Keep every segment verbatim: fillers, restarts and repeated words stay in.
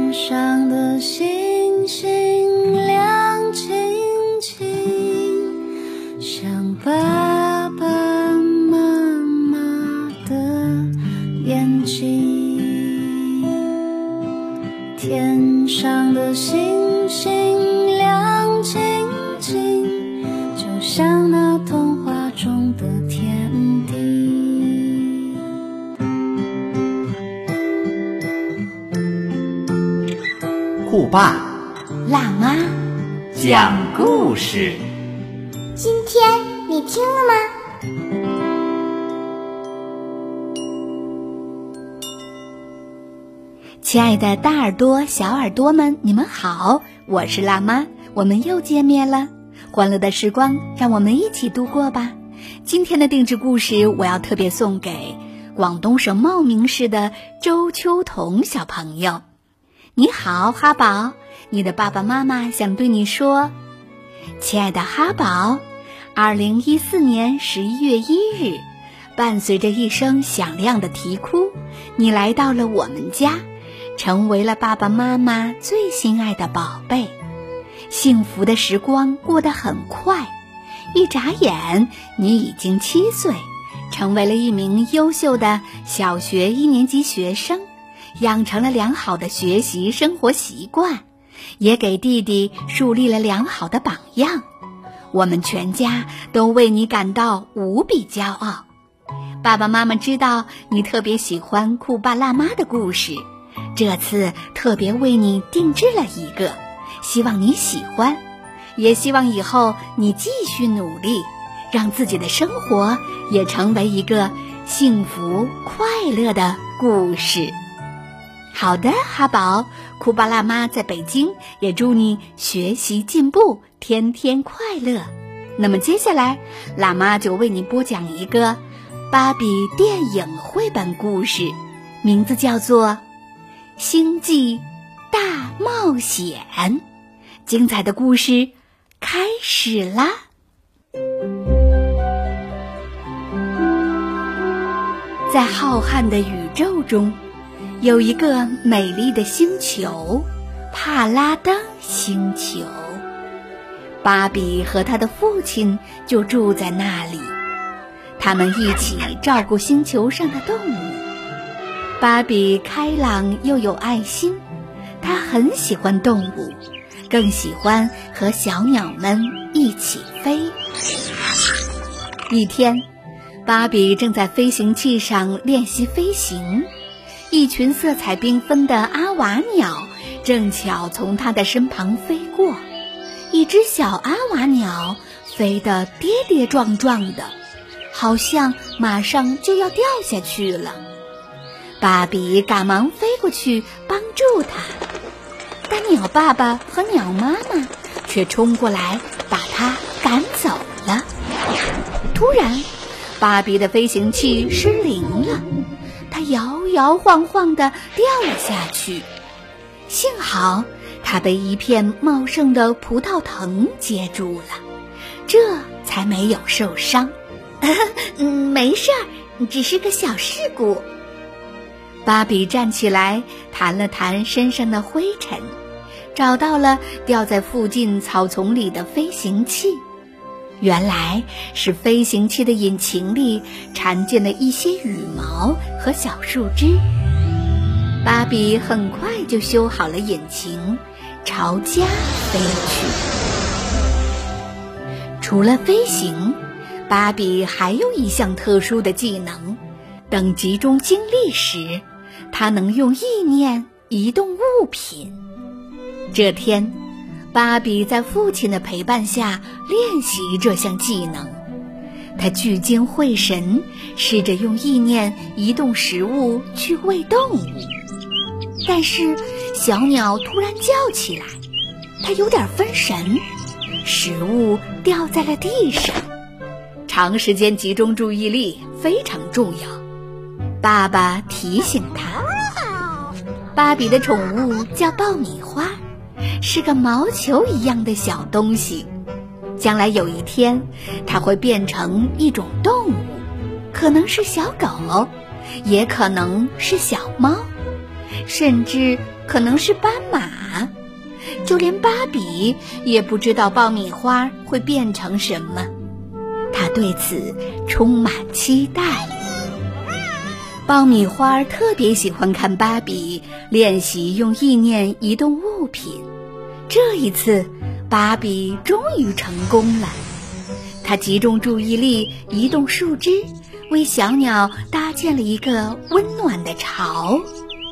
天上的星星亮晶晶，像爸爸妈妈的眼睛。天上的星星亮晶晶，就像那童话中的天地。 酷爸辣妈讲故事。 今天你听了吗？亲爱的大耳朵小耳朵们，你们好，我是辣妈，我们又见面了。欢乐的时光让我们一起度过吧。今天的定制故事我要特别送给广东省茂名市的周秋彤小朋友。你好，哈宝，你的爸爸妈妈想对你说，亲爱的哈宝，二零一四年十一月一日，伴随着一声响亮的啼哭，你来到了我们家，成为了爸爸妈妈最心爱的宝贝。幸福的时光过得很快，一眨眼你已经七岁，成为了一名优秀的小学一年级学生，养成了良好的学习生活习惯，也给弟弟树立了良好的榜样。我们全家都为你感到无比骄傲。爸爸妈妈知道你特别喜欢酷爸辣妈的故事，这次特别为你定制了一个，希望你喜欢，也希望以后你继续努力，让自己的生活也成为一个幸福快乐的故事。好的，哈宝，酷爸辣妈在北京也祝你学习进步，天天快乐。那么接下来，辣妈就为你播讲一个芭比电影绘本故事，名字叫做《星际大冒险》。精彩的故事开始啦！在浩瀚的宇宙中，有一个美丽的星球，帕拉登星球。芭比和她的父亲就住在那里，他们一起照顾星球上的动物。芭比开朗又有爱心，她很喜欢动物，更喜欢和小鸟们一起飞。一天，芭比正在飞行器上练习飞行，一群色彩缤纷的阿瓦鸟正巧从她的身旁飞过。一只小阿瓦鸟飞得跌跌撞撞的，好像马上就要掉下去了。芭比赶忙飞过去帮助它，但鸟爸爸和鸟妈妈却冲过来把它赶走了。突然，芭比的飞行器失灵了，它摇摇晃晃地掉了下去。幸好它被一片茂盛的葡萄藤接住了，这才没有受伤。嗯，没事儿，只是个小事故。芭比站起来，弹了弹身上的灰尘，找到了掉在附近草丛里的飞行器。原来是飞行器的引擎里缠进了一些羽毛和小树枝。芭比很快就修好了引擎，朝家飞去。除了飞行，芭比还有一项特殊的技能，等集中精力时，她能用意念移动物品。这天，芭比在父亲的陪伴下练习这项技能。她聚精会神，试着用意念移动食物去喂动物。但是小鸟突然叫起来，它有点分神，食物掉在了地上。长时间集中注意力非常重要，爸爸提醒他。芭比的宠物叫爆米花，是个毛球一样的小东西。将来有一天，它会变成一种动物，可能是小狗，也可能是小猫，甚至可能是斑马。就连芭比也不知道爆米花会变成什么，她对此充满期待。爆米花特别喜欢看芭比练习用意念移动物品。这一次，芭比终于成功了。她集中注意力移动树枝，为小鸟搭建了一个温暖的巢。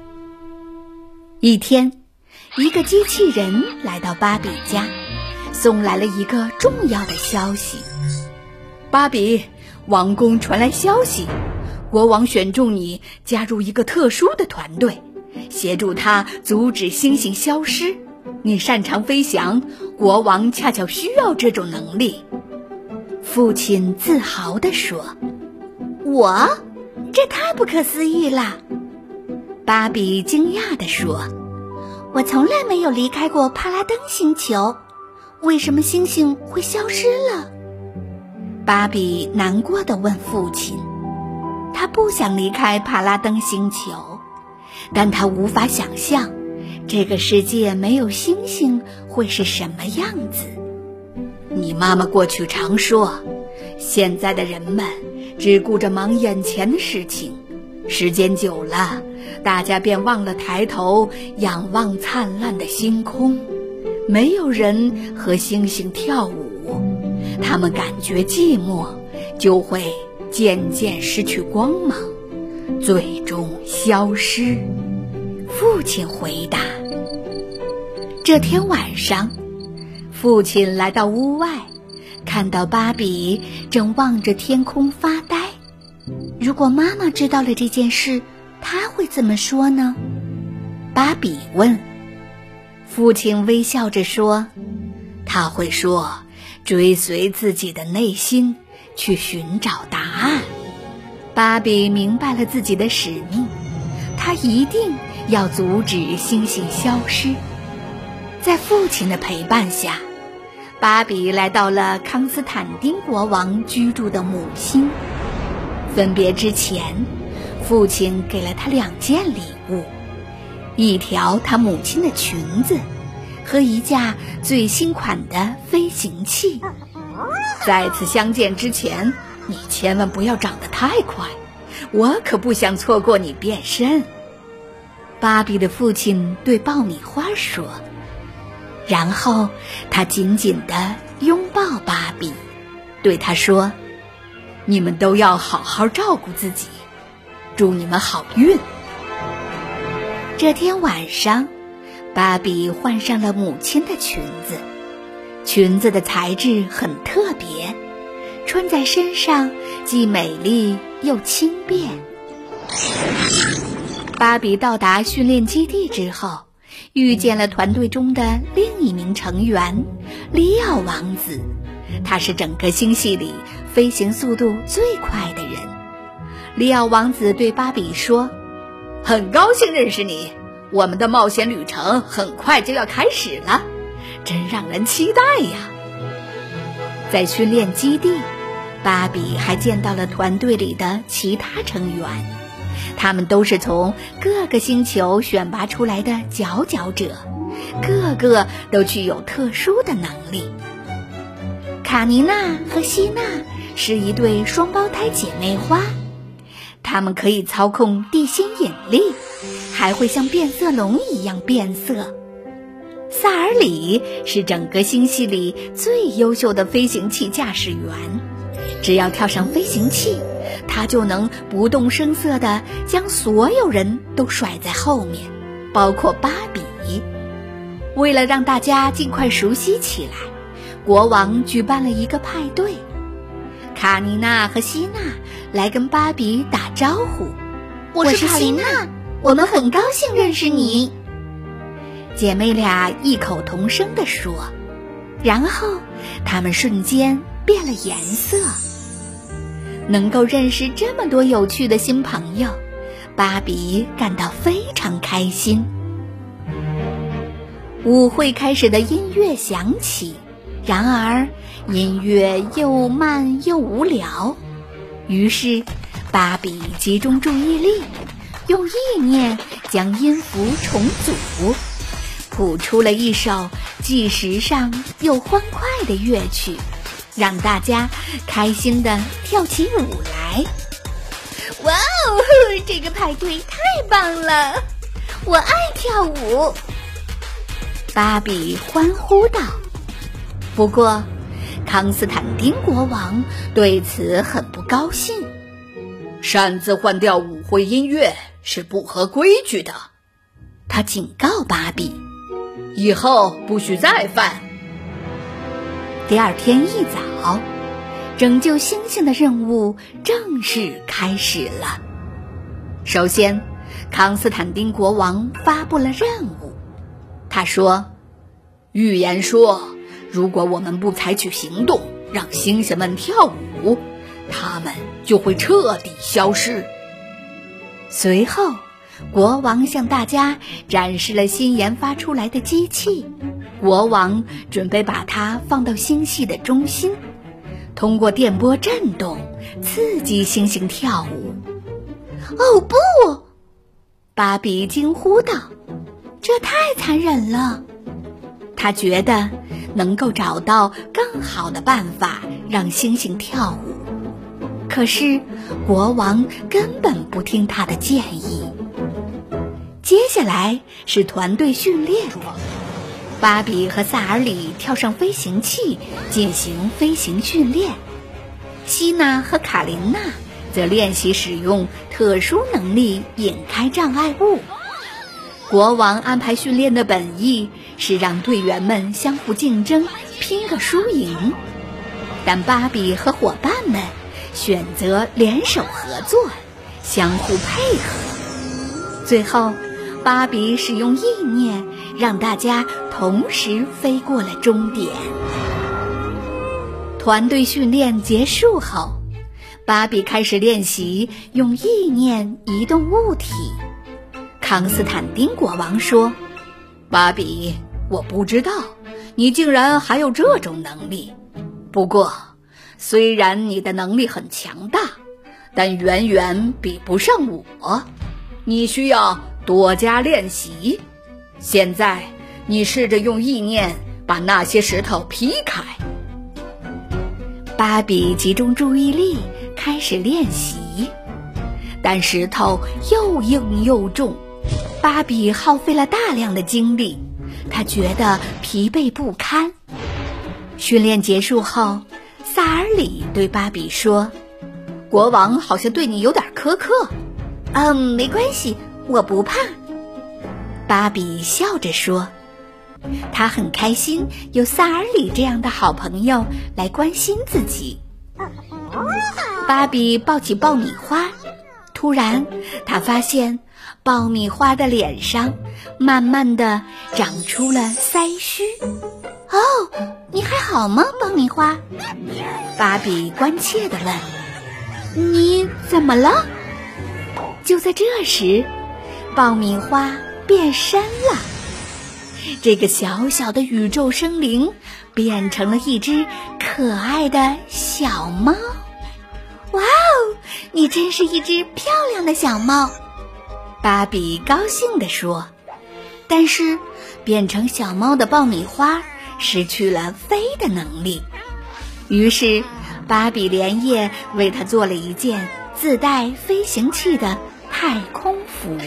一天，一个机器人来到芭比家，送来了一个重要的消息。芭比，王宫传来消息，国王选中你加入一个特殊的团队，协助他阻止星星消失。你擅长飞翔，国王恰巧需要这种能力。父亲自豪地说。我？这太不可思议了！芭比惊讶地说。我从来没有离开过帕拉登星球，为什么星星会消失了？芭比难过地问父亲。他不想离开帕拉登星球，但他无法想象这个世界没有星星会是什么样子。你妈妈过去常说，现在的人们只顾着忙眼前的事情，时间久了，大家便忘了抬头仰望灿烂的星空。没有人和星星跳舞，他们感觉寂寞，就会渐渐失去光芒，最终消失。父亲回答。这天晚上，父亲来到屋外，看到芭比正望着天空发呆。如果妈妈知道了这件事，她会怎么说呢？芭比问。父亲微笑着说，他会说，追随自己的内心，去寻找答案。芭比明白了自己的使命，她一定要阻止星星消失。在父亲的陪伴下，芭比来到了康斯坦丁国王居住的母星。分别之前，父亲给了他两件礼物，一条他母亲的裙子和一架最新款的飞行器。再次相见之前，你千万不要长得太快，我可不想错过你变身。芭比的父亲对爆米花说，然后他紧紧地拥抱芭比，对她说，你们都要好好照顾自己，祝你们好运。这天晚上，芭比换上了母亲的裙子，裙子的材质很特别，穿在身上既美丽又轻便。芭比到达训练基地之后，遇见了团队中的另一名成员里奥王子，他是整个星系里飞行速度最快的人。里奥王子对芭比说，很高兴认识你，我们的冒险旅程很快就要开始了，真让人期待呀。在训练基地，芭比还见到了团队里的其他成员，他们都是从各个星球选拔出来的佼佼者，个个都具有特殊的能力。卡妮娜和希娜是一对双胞胎姐妹花，她们可以操控地心引力，还会像变色龙一样变色。萨尔里是整个星系里最优秀的飞行器驾驶员，只要跳上飞行器，他就能不动声色地将所有人都甩在后面，包括芭比。为了让大家尽快熟悉起来，国王举办了一个派对。卡妮娜和希娜来跟芭比打招呼，我是卡妮娜，我们很高兴认识你。姐妹俩异口同声地说，然后她们瞬间变了颜色。能够认识这么多有趣的新朋友，芭比感到非常开心。舞会开始的音乐响起，然而音乐又慢又无聊，于是芭比集中注意力， 用意念将音符重组，谱出了一首既时尚又欢快的乐曲，让大家开心地跳起舞来。哇哦，这个派对太棒了，我爱跳舞！芭比欢呼道。不过康斯坦丁国王对此很不高兴， 擅自换掉舞会音乐是不合规矩的， 他警告芭比， 以后不许再犯。 第二天一早，拯救星星的任务正式开始了。首先，康斯坦丁国王发布了任务。他说， 预言说，如果我们不采取行动，让星星们跳舞，他们就会彻底消失。 随后，国王向大家展示了新研发出来的机器。国王准备把它放到星系的中心，通过电波震动刺激星星跳舞。哦不！芭比惊呼道，这太残忍了。他觉得能够找到更好的办法让星星跳舞，可是国王根本不听他的建议。接下来是团队训练，芭比和萨尔里跳上飞行器进行飞行训练，希娜和卡琳娜则练习使用特殊能力引开障碍物。国王安排训练的本意是让队员们相互竞争，拼个输赢，但芭比和伙伴们选择联手合作，相互配合。最后，芭比使用意念让大家同时飞过了终点。团队训练结束后，芭比开始练习用意念移动物体。康斯坦丁国王说， 芭比，我不知道你竟然还有这种能力。不过，虽然你的能力很强大，但远远比不上我。你需要多加练习。现在，你试着用意念把那些石头劈开。 芭比集中注意力，开始练习，但石头又硬又重，芭比耗费了大量的精力，她觉得疲惫不堪。训练结束后，萨尔里对芭比说， 国王好像对你有点苛刻。 嗯，没关系，我不怕。芭比笑着说，她很开心有萨尔里这样的好朋友来关心自己。芭比抱起爆米花，突然她发现爆米花的脸上慢慢地长出了腮须。哦，你还好吗，爆米花？芭比关切地问。你怎么了？就在这时，爆米花变身了。这个小小的宇宙生灵变成了一只可爱的小猫。哇哦，你真是一只漂亮的小猫，芭比高兴地说。但是变成小猫的爆米花失去了飞的能力，于是芭比连夜为它做了一件自带飞行器的太空服。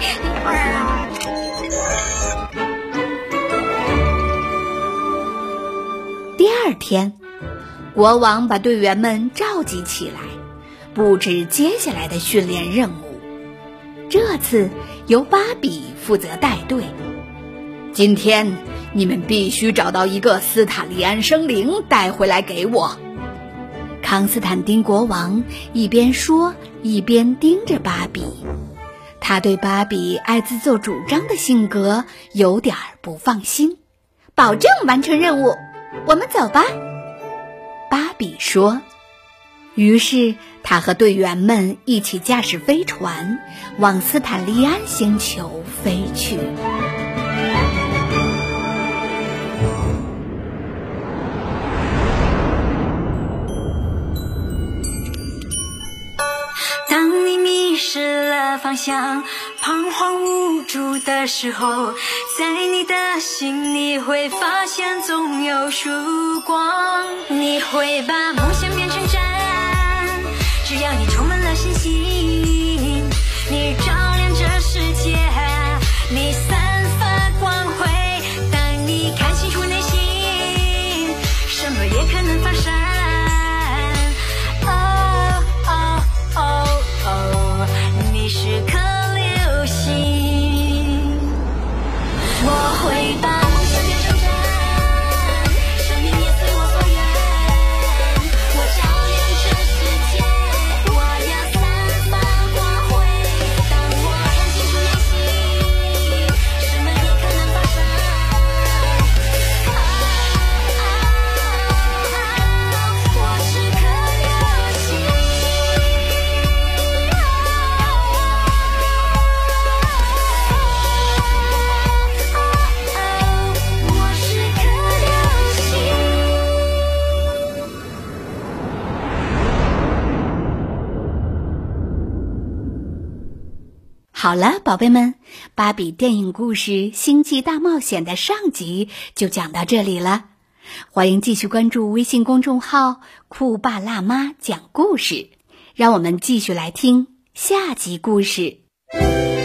第二天，国王把队员们召集起来，布置接下来的训练任务。这次由芭比负责带队。 今天你们必须找到一个斯塔利安生灵带回来给我。 康斯坦丁国王一边说一边盯着芭比，他对芭比爱自作主张的性格有点不放心。保证完成任务，我们走吧，芭比说。于是他和队员们一起驾驶飞船往斯坦利安星球飞去。 当你迷失了方向，彷徨无助的时候，在你的心你会发现总有曙光。你会把梦想变成真，只要你充满了信心，你照亮这世界，你散发光辉。当你看清楚内心，什么也可能发生。哦哦哦哦，你是颗流星。我会把梦想变成真，生命也随我所愿。我照亮这世界，我要散发光辉。当我看清楚内心，什么也可能发生。啊啊啊！我是颗流星。我是颗流星。 好了，宝贝们，芭比电影故事《星际大冒险》的上集就讲到这里了。欢迎继续关注微信公众号酷爸辣妈讲故事，让我们继续来听下集故事。